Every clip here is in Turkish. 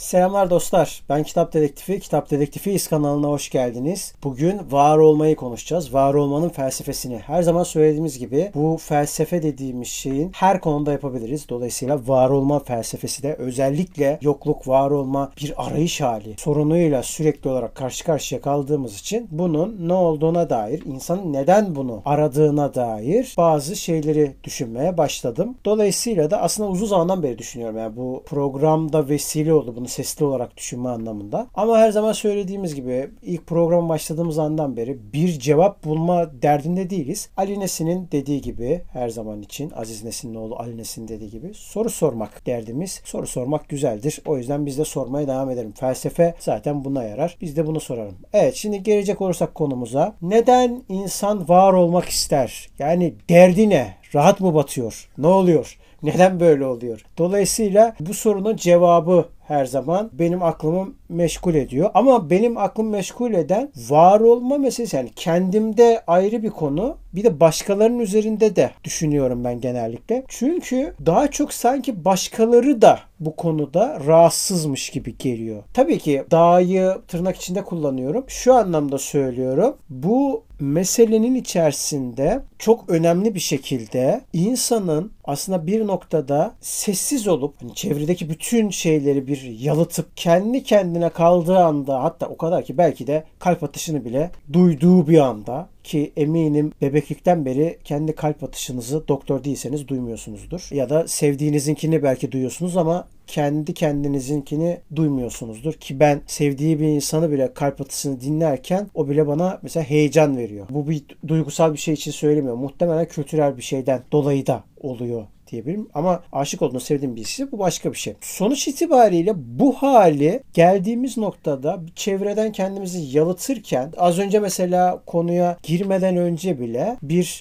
Selamlar dostlar. Ben Kitap Dedektifi. Kitap Dedektifiyiz kanalına hoş geldiniz. Bugün var olmayı konuşacağız. Var olmanın felsefesini. Her zaman söylediğimiz gibi bu felsefe dediğimiz şeyin her konuda yapabiliriz. Dolayısıyla var olma felsefesi de özellikle yokluk, var olma bir arayış hali sorunuyla sürekli olarak karşı karşıya kaldığımız için bunun ne olduğuna dair, insanın neden bunu aradığına dair bazı şeyleri düşünmeye başladım. Dolayısıyla da aslında uzun zamandan beri düşünüyorum. Yani bu programda vesile oldu bunu sesli olarak düşünme anlamında. Ama her zaman söylediğimiz gibi ilk programa başladığımız andan beri bir cevap bulma derdinde değiliz. Ali Nesin'in dediği gibi her zaman için Aziz Nesin'in oğlu Ali Nesin dediği gibi soru sormak derdimiz. Soru sormak güzeldir. O yüzden biz de sormaya devam edelim. Felsefe zaten buna yarar. Biz de bunu soralım. Evet, şimdi gelecek olursak konumuza. Neden insan var olmak ister? Yani derdi ne? Rahat mı batıyor? Ne oluyor? Neden böyle oluyor? Dolayısıyla bu sorunun cevabı her zaman benim aklımı meşgul ediyor. Ama benim aklımı meşgul eden var olma meselesi, yani kendimde ayrı bir konu, bir de başkalarının üzerinde de düşünüyorum ben genellikle. Çünkü daha çok sanki başkaları da bu konuda rahatsızmış gibi geliyor. Tabii ki da'yı tırnak içinde kullanıyorum. Şu anlamda söylüyorum. Bu meselenin içerisinde çok önemli bir şekilde insanın aslında bir noktada sessiz olup hani çevredeki bütün şeyleri bir yalıtıp kendi kendine kaldığı anda, hatta o kadar ki belki de kalp atışını bile duyduğu bir anda, ki eminim bebeklikten beri kendi kalp atışınızı doktor değilseniz duymuyorsunuzdur. Ya da sevdiğinizinkini belki duyuyorsunuz ama kendi kendinizinkini duymuyorsunuzdur. Ki ben sevdiği bir insanı bile kalp atışını dinlerken o bile bana mesela heyecan veriyor. Bu bir duygusal bir şey için söylemiyorum. Muhtemelen kültürel bir şeyden dolayı da oluyor diyebilirim. Ama aşık olduğunu sevdiğim birisi, bu başka bir şey. Sonuç itibariyle bu hali geldiğimiz noktada bir çevreden kendimizi yalıtırken, az önce mesela konuya girmeden önce bile bir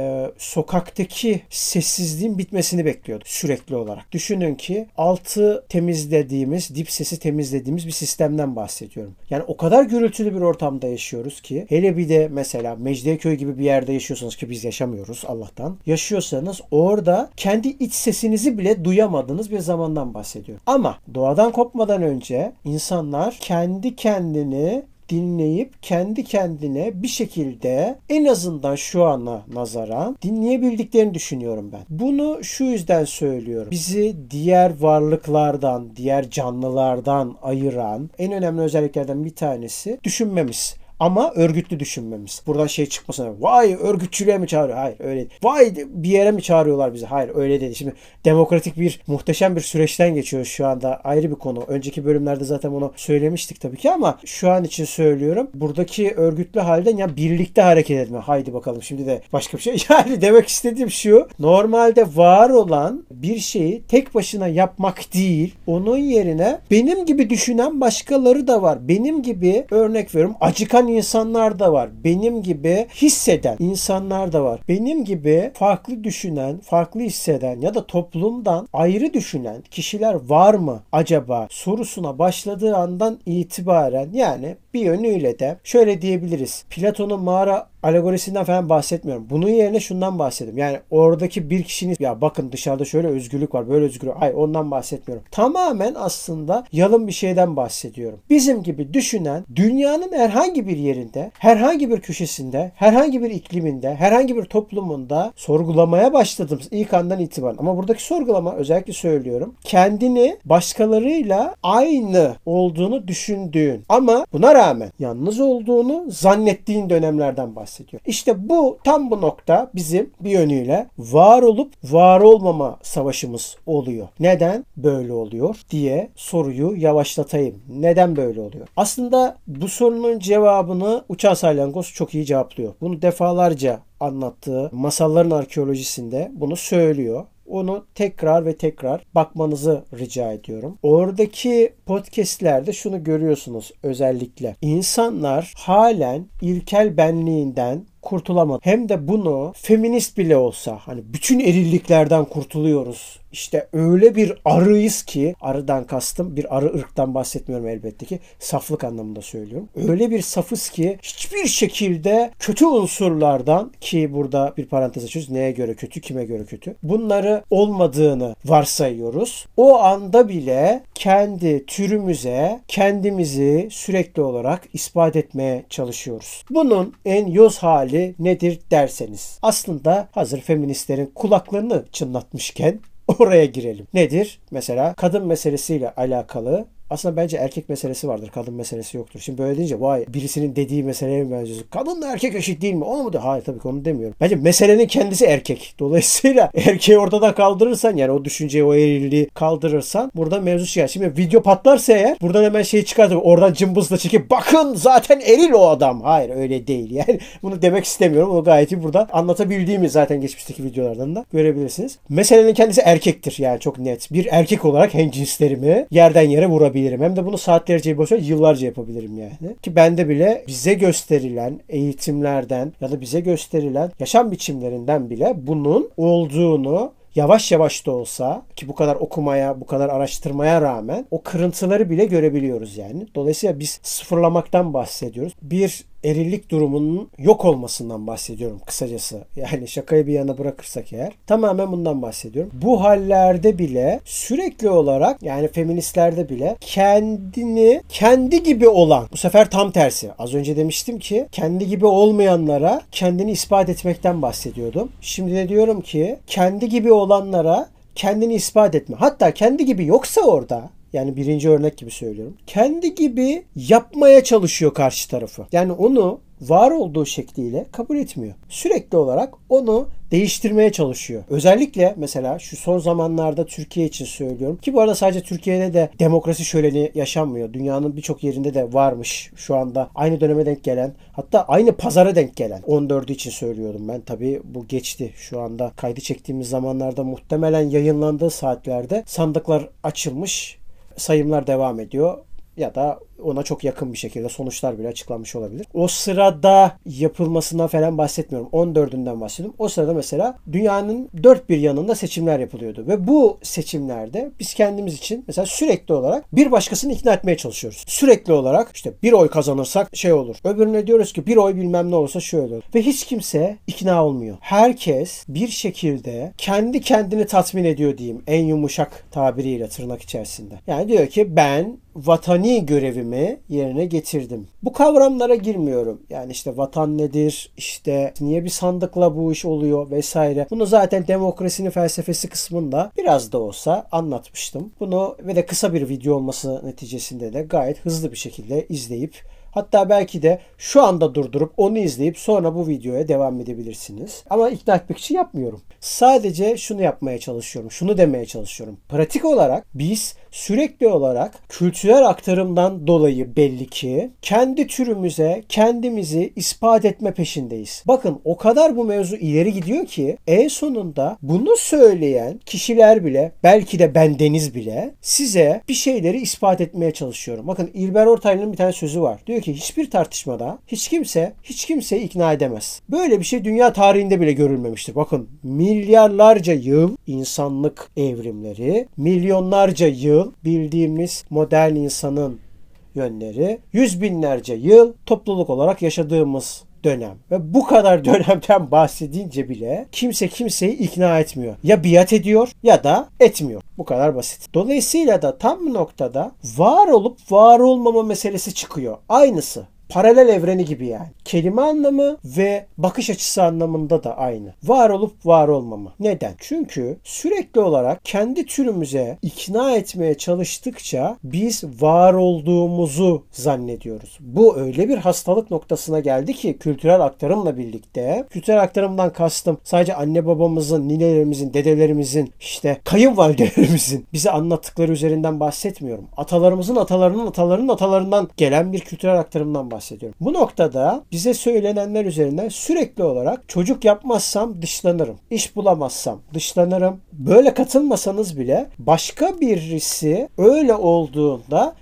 sokaktaki sessizliğin bitmesini bekliyorduk sürekli olarak. Düşünün ki altı temizlediğimiz, dip sesi temizlediğimiz bir sistemden bahsediyorum. Yani o kadar gürültülü bir ortamda yaşıyoruz ki, hele bir de mesela Mecidiyeköy gibi bir yerde yaşıyorsanız, ki biz yaşamıyoruz Allah'tan, yaşıyorsanız orada kendi iç sesinizi bile duyamadığınız bir zamandan bahsediyorum. Ama doğadan kopmadan önce insanlar kendi kendini dinleyip kendi kendine bir şekilde, en azından şu ana nazaran, dinleyebildiklerini düşünüyorum ben. Bunu şu yüzden söylüyorum. Bizi diğer varlıklardan, diğer canlılardan ayıran en önemli özelliklerden bir tanesi düşünmemiz. Ama örgütlü düşünmemiz. Buradan şey çıkmasın. Vay, örgütçülüğe mi çağırıyor? Hayır, öyle değil. Vay, bir yere mi çağırıyorlar bizi? Hayır, öyle değil. Şimdi demokratik bir, muhteşem bir süreçten geçiyoruz şu anda. Ayrı bir konu. Önceki bölümlerde zaten bunu söylemiştik tabii ki, ama şu an için söylüyorum. Buradaki örgütlü halden ya birlikte hareket etme. Haydi bakalım, şimdi de başka bir şey. Yani demek istediğim şu. Normalde var olan bir şeyi tek başına yapmak değil. Onun yerine benim gibi düşünen başkaları da var. Benim gibi, örnek veriyorum, acıkan insanlar da var. Benim gibi hisseden insanlar da var. Benim gibi farklı düşünen, farklı hisseden ya da toplumdan ayrı düşünen kişiler var mı acaba sorusuna başladığı andan itibaren, yani bir yönüyle de şöyle diyebiliriz. Platon'un mağara alegorisinden falan bahsetmiyorum. Bunun yerine şundan bahsediyorum. Yani oradaki bir kişinin, ya bakın dışarıda şöyle özgürlük var, böyle özgürlük. Hayır, ondan bahsetmiyorum. Tamamen aslında yalın bir şeyden bahsediyorum. Bizim gibi düşünen, dünyanın herhangi bir yerinde, herhangi bir köşesinde, herhangi bir ikliminde, herhangi bir toplumunda sorgulamaya başladığımız ilk andan itibaren, ama buradaki sorgulama, özellikle söylüyorum, kendini başkalarıyla aynı olduğunu düşündüğün ama buna rağmen yalnız olduğunu zannettiğin dönemlerden bahsediyorum. İşte bu, tam bu nokta bizim bir yönüyle var olup var olmama savaşımız oluyor. Neden böyle oluyor diye soruyu yavaşlatayım. Neden böyle oluyor? Aslında bu sorunun cevabını Uçan Salyangoz çok iyi cevaplıyor. Bunu defalarca anlattığı Masalların Arkeolojisi'nde bunu söylüyor. Onu tekrar ve tekrar bakmanızı rica ediyorum. Oradaki podcastlerde şunu görüyorsunuz özellikle. İnsanlar halen ilkel benliğinden kurtulamadı. Hem de bunu feminist bile olsa, hani bütün erilliklerden kurtuluyoruz işte öyle bir arıyız ki, arıdan kastım bir arı ırktan bahsetmiyorum elbette ki, saflık anlamında söylüyorum. Öyle bir safız ki hiçbir şekilde kötü unsurlardan, ki burada bir parantez açıyoruz, neye göre kötü, kime göre kötü, bunları olmadığını varsayıyoruz. O anda bile kendi türümüze kendimizi sürekli olarak ispat etmeye çalışıyoruz. Bunun en yoz hali nedir derseniz, aslında hazır feministlerin kulaklarını çınlatmışken oraya girelim. Nedir? Mesela kadın meselesiyle alakalı, aslında bence erkek meselesi vardır. Kadın meselesi yoktur. Şimdi böyle deyince vay birisinin dediği meseleye mi benziyorsun? Kadınla erkek eşit değil mi? Onu mu diyor? Hayır, tabii ki onu demiyorum. Bence meselenin kendisi erkek. Dolayısıyla erkeği ortadan kaldırırsan, yani o düşünceyi, o eğriliği kaldırırsan burada mevzu çıkar. Şimdi video patlarsa eğer buradan hemen şeyi çıkartır. Oradan cımbızla çekip bakın zaten eril o adam. Hayır, öyle değil. Yani bunu demek istemiyorum. Onu gayet iyi burada anlatabildiğimiz zaten geçmişteki videolardan da görebilirsiniz. Meselenin kendisi erkektir. Yani çok net. Bir erkek olarak hemcinslerimi yerden yere vurabilirim. Hem de bunu saatlerce, boşver yıllarca yapabilirim yani. Ki bende bile bize gösterilen eğitimlerden ya da bize gösterilen yaşam biçimlerinden bile bunun olduğunu yavaş yavaş da olsa, ki bu kadar okumaya, bu kadar araştırmaya rağmen o kırıntıları bile görebiliyoruz yani. Dolayısıyla biz sıfırlamaktan bahsediyoruz. Bir erillik durumunun yok olmasından bahsediyorum kısacası. Yani şakayı bir yana bırakırsak eğer tamamen bundan bahsediyorum. Bu hallerde bile sürekli olarak, yani feministlerde bile kendini kendi gibi olan, bu sefer tam tersi. Az önce demiştim ki kendi gibi olmayanlara kendini ispat etmekten bahsediyordum. Şimdi de diyorum ki kendi gibi olanlara kendini ispat etme. Hatta kendi gibi yoksa orada, yani birinci örnek gibi söylüyorum, kendi gibi yapmaya çalışıyor karşı tarafı. Yani onu var olduğu şekliyle kabul etmiyor. Sürekli olarak onu değiştirmeye çalışıyor. Özellikle mesela şu son zamanlarda Türkiye için söylüyorum ki bu arada sadece Türkiye'de de demokrasi şöleni yaşanmıyor. Dünyanın birçok yerinde de varmış şu anda. Aynı döneme denk gelen, hatta aynı pazara denk gelen. 14'ü için söylüyorum ben. Tabii bu geçti. Şu anda kaydı çektiğimiz zamanlarda muhtemelen yayınlandığı saatlerde sandıklar açılmış. Sayımlar devam ediyor ya da ona çok yakın bir şekilde sonuçlar bile açıklanmış olabilir. O sırada yapılmasından falan bahsetmiyorum. 14'ünden bahsediyorum. O sırada mesela dünyanın dört bir yanında seçimler yapılıyordu. Ve bu seçimlerde biz kendimiz için mesela sürekli olarak bir başkasını ikna etmeye çalışıyoruz. Sürekli olarak işte bir oy kazanırsak şey olur. Öbürüne diyoruz ki bir oy bilmem ne olursa şöyle olur. Ve hiç kimse ikna olmuyor. Herkes bir şekilde kendi kendini tatmin ediyor diyeyim. En yumuşak tabiriyle tırnak içerisinde. Yani diyor ki ben vatani görevimi yerine getirdim. Bu kavramlara girmiyorum. Yani işte vatan nedir? İşte niye bir sandıkla bu iş oluyor vesaire. Bunu zaten demokrasinin felsefesi kısmında biraz da olsa anlatmıştım. Bunu ve de kısa bir video olması neticesinde de gayet hızlı bir şekilde izleyip, hatta belki de şu anda durdurup onu izleyip sonra bu videoya devam edebilirsiniz. Ama ikna etmek için yapmıyorum. Sadece şunu yapmaya çalışıyorum. Şunu demeye çalışıyorum. Pratik olarak biz sürekli olarak kültürel aktarımdan dolayı belli ki kendi türümüze kendimizi ispat etme peşindeyiz. Bakın o kadar bu mevzu ileri gidiyor ki en sonunda bunu söyleyen kişiler bile, belki de bendeniz bile, size bir şeyleri ispat etmeye çalışıyorum. Bakın İlber Ortaylı'nın bir tane sözü var. Diyor ki hiçbir tartışmada hiç kimseyi ikna edemez. Böyle bir şey dünya tarihinde bile görülmemiştir. Bakın milyarlarca yıl insanlık evrimleri, milyonlarca yıl bildiğimiz modern insanın yönleri, yüz binlerce yıl topluluk olarak yaşadığımız dönem. Ve bu kadar dönemden bahsedince bile kimse kimseyi ikna etmiyor. Ya biat ediyor ya da etmiyor. Bu kadar basit. Dolayısıyla da tam bu noktada var olup var olmama meselesi çıkıyor. Aynısı. Paralel evreni gibi yani. Kelime anlamı ve bakış açısı anlamında da aynı. Var olup var olmama. Neden? Çünkü sürekli olarak kendi türümüze ikna etmeye çalıştıkça biz var olduğumuzu zannediyoruz. Bu öyle bir hastalık noktasına geldi ki kültürel aktarımla birlikte, kültürel aktarımdan kastım sadece anne babamızın, ninelerimizin, dedelerimizin, işte kayınvalidelerimizin bize anlattıkları üzerinden bahsetmiyorum. Atalarımızın atalarının atalarının atalarından gelen bir kültürel aktarımdan bahsediyorum. Bu noktada bize söylenenler üzerinden sürekli olarak çocuk yapmazsam dışlanırım. İş bulamazsam dışlanırım. Böyle katılmasanız bile başka birisi öyle olduğunda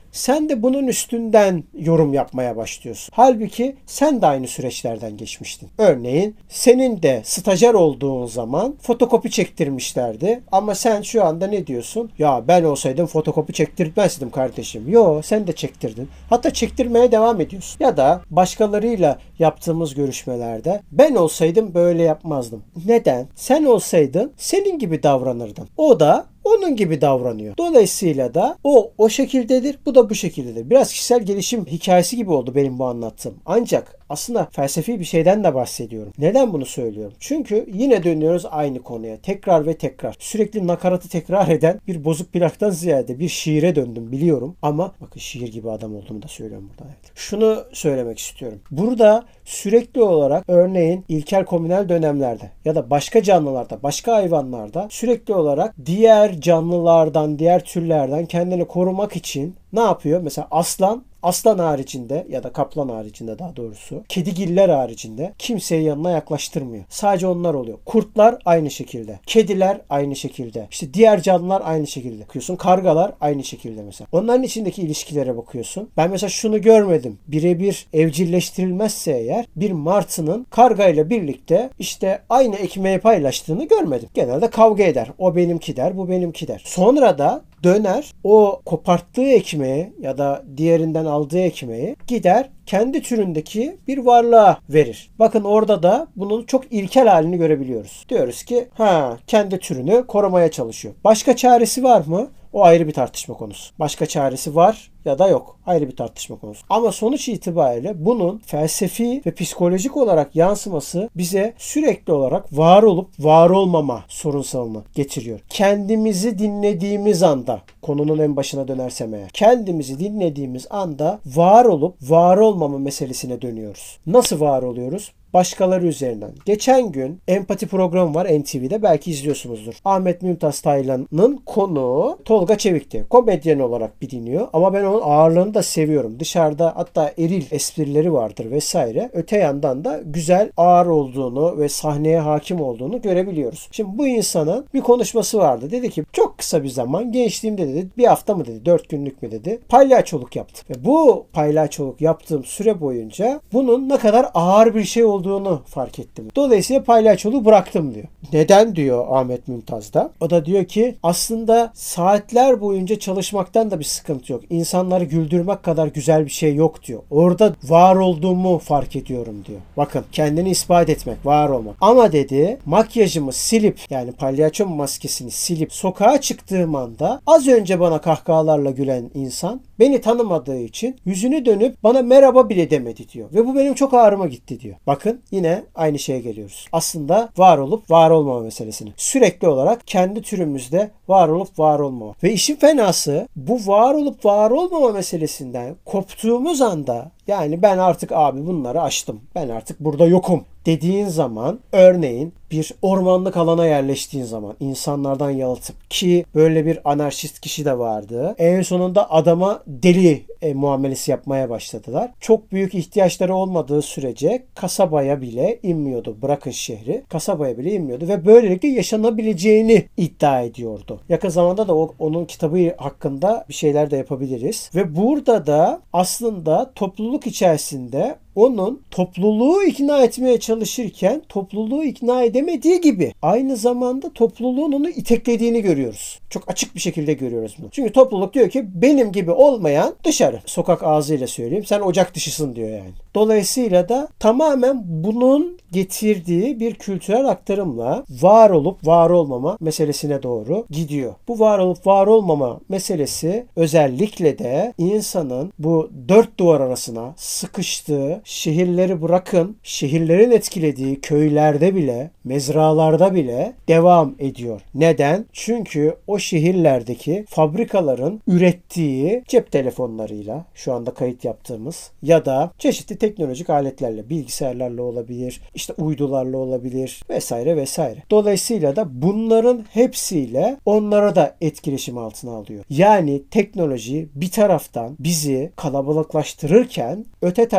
Sen de bunun üstünden yorum yapmaya başlıyorsun. Halbuki sen de aynı süreçlerden geçmiştin. Örneğin senin de stajyer olduğun zaman fotokopi çektirmişlerdi. Ama sen şu anda ne diyorsun? Ya ben olsaydım fotokopi çektirmezdim kardeşim. Yo, sen de çektirdin. Hatta çektirmeye devam ediyorsun. Ya da başkalarıyla yaptığımız görüşmelerde ben olsaydım böyle yapmazdım. Neden? Sen olsaydın senin gibi davranırdın. O da onun gibi davranıyor. Dolayısıyla da o şekildedir, bu da bu şekildedir. Biraz kişisel gelişim hikayesi gibi oldu benim bu anlattığım. Ancak aslında felsefi bir şeyden de bahsediyorum. Neden bunu söylüyorum? Çünkü yine dönüyoruz aynı konuya. Tekrar ve tekrar. Sürekli nakaratı tekrar eden bir bozuk plaktan ziyade bir şiire döndüm biliyorum. Ama bakın şiir gibi adam olduğumu da söylüyorum burada. Evet. Şunu söylemek istiyorum. Burada sürekli olarak örneğin ilkel komünel dönemlerde ya da başka canlılarda, başka hayvanlarda sürekli olarak diğer canlılardan, diğer türlerden kendini korumak için ne yapıyor? Mesela aslan haricinde ya da kaplan haricinde daha doğrusu kedigiller haricinde kimseyi yanına yaklaştırmıyor. Sadece onlar oluyor. Kurtlar aynı şekilde. Kediler aynı şekilde. İşte diğer canlılar aynı şekilde. Bakıyorsun kargalar aynı şekilde mesela. Onların içindeki ilişkilere bakıyorsun. Ben mesela şunu görmedim. Birebir evcilleştirilmezse eğer bir martının kargayla birlikte işte aynı ekmeği paylaştığını görmedim. Genelde kavga eder. O benimki der, bu benimki der. Sonra da döner o koparttığı ekmeği ya da diğerinden aldığı ekmeği gider kendi türündeki bir varlığa verir. Bakın orada da bunun çok ilkel halini görebiliyoruz. Diyoruz ki kendi türünü korumaya çalışıyor. Başka çaresi var mı? O ayrı bir tartışma konusu. Başka çaresi var ya da yok. Ayrı bir tartışma konusu. Ama sonuç itibariyle bunun felsefi ve psikolojik olarak yansıması bize sürekli olarak var olup var olmama sorunsalını getiriyor. Kendimizi dinlediğimiz anda, konunun en başına dönersem eğer, kendimizi dinlediğimiz anda var olup var olmama meselesine dönüyoruz. Nasıl var oluyoruz? Başkaları üzerinden. Geçen gün empati programı var NTV'de. Belki izliyorsunuzdur. Ahmet Mümtaz Taylan'ın konuğu Tolga Çevik'ti. Komedyen olarak biliniyor. Ama ben onun ağırlığını da seviyorum. Dışarıda hatta eril esprileri vardır vesaire. Öte yandan da güzel ağır olduğunu ve sahneye hakim olduğunu görebiliyoruz. Şimdi bu insanın bir konuşması vardı. Dedi ki çok kısa bir zaman gençliğimde dedi bir hafta mı dedi 4 günlük mü dedi palyaçoluk yaptım. Ve bu palyaçoluk yaptığım süre boyunca bunun ne kadar ağır bir şey olduğunu fark ettim. Dolayısıyla palyaçoluğu bıraktım diyor. Neden diyor Ahmet Mümtaz da. O da diyor ki aslında saatler boyunca çalışmaktan da bir sıkıntı yok. İnsanları güldürmek kadar güzel bir şey yok diyor. Orada var olduğumu fark ediyorum diyor. Bakın kendini ispat etmek, var olmak. Ama dedi makyajımı silip yani palyaço maskesini silip sokağa çıktığım anda az önce bana kahkahalarla gülen insan beni tanımadığı için yüzünü dönüp bana merhaba bile demedi diyor. Ve bu benim çok ağrıma gitti diyor. Bakın yine aynı şeye geliyoruz. Aslında var olup var olmama meselesini. Sürekli olarak kendi türümüzde var olup var olmama. Ve işin fenası bu var olup var olmama meselesinden koptuğumuz anda yani ben artık abi bunları aştım. Ben artık burada yokum dediğin zaman örneğin bir ormanlık alana yerleştiğin zaman insanlardan yalıtıp ki böyle bir anarşist kişi de vardı. En sonunda adama deli muamelesi yapmaya başladılar. Çok büyük ihtiyaçları olmadığı sürece kasabaya bile inmiyordu. Bırakın şehri. Kasabaya bile inmiyordu ve böylelikle yaşanabileceğini iddia ediyordu. Yakın zamanda da onun kitabı hakkında bir şeyler de yapabiliriz. Ve burada da aslında topluluk içerisinde onun topluluğu ikna etmeye çalışırken topluluğu ikna edemediği gibi aynı zamanda topluluğun onu iteklediğini görüyoruz. Çok açık bir şekilde görüyoruz bunu. Çünkü topluluk diyor ki benim gibi olmayan dışarı. Sokak ağzıyla söyleyeyim. Sen ocak dışısın diyor yani. Dolayısıyla da tamamen bunun getirdiği bir kültürel aktarımla var olup var olmama meselesine doğru gidiyor. Bu var olup var olmama meselesi özellikle de insanın bu dört duvar arasına sıkıştığı şehirleri bırakın, şehirlerin etkilediği köylerde bile, mezralarda bile devam ediyor. Neden? Çünkü o şehirlerdeki fabrikaların ürettiği cep telefonlarıyla şu anda kayıt yaptığımız ya da çeşitli teknolojik aletlerle, bilgisayarlarla olabilir, işte uydularla olabilir vesaire vesaire. Dolayısıyla da bunların hepsiyle onlara da etkileşim altına alıyor. Yani teknoloji bir taraftan bizi kalabalıklaştırırken öte taraftan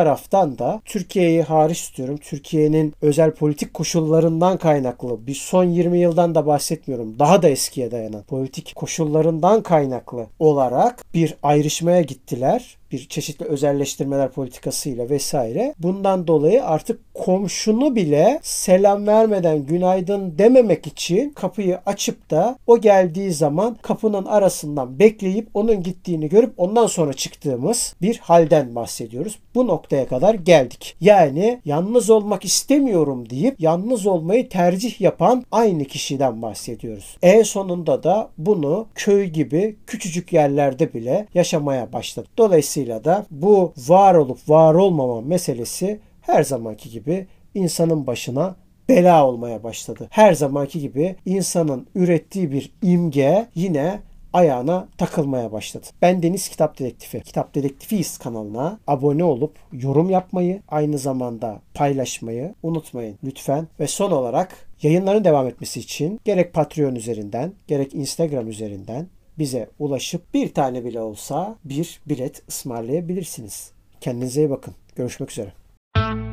anda Türkiye'yi hariç tutuyorum. Türkiye'nin özel politik koşullarından kaynaklı, bir son 20 yıldan da bahsetmiyorum, daha da eskiye dayanan politik koşullarından kaynaklı olarak bir ayrışmaya gittiler. Bir çeşitli özelleştirmeler politikasıyla vesaire. Bundan dolayı artık komşunu bile selam vermeden günaydın dememek için kapıyı açıp da o geldiği zaman kapının arasından bekleyip onun gittiğini görüp ondan sonra çıktığımız bir halden bahsediyoruz. Bu noktaya kadar geldik. Yani yalnız olmak istemiyorum deyip yalnız olmayı tercih yapan aynı kişiden bahsediyoruz. En sonunda da bunu köy gibi küçücük yerlerde bile yaşamaya başladı. Dolayısıyla da bu var olup var olmama meselesi her zamanki gibi insanın başına bela olmaya başladı. Her zamanki gibi insanın ürettiği bir imge yine ayağına takılmaya başladı. Ben Deniz Kitap Dedektifi. Kitap Dedektifiyiz kanalına abone olup yorum yapmayı, aynı zamanda paylaşmayı unutmayın lütfen. Ve son olarak yayınların devam etmesi için gerek Patreon üzerinden, gerek Instagram üzerinden bize ulaşıp bir tane bile olsa bir bilet ısmarlayabilirsiniz. Kendinize iyi bakın. Görüşmek üzere.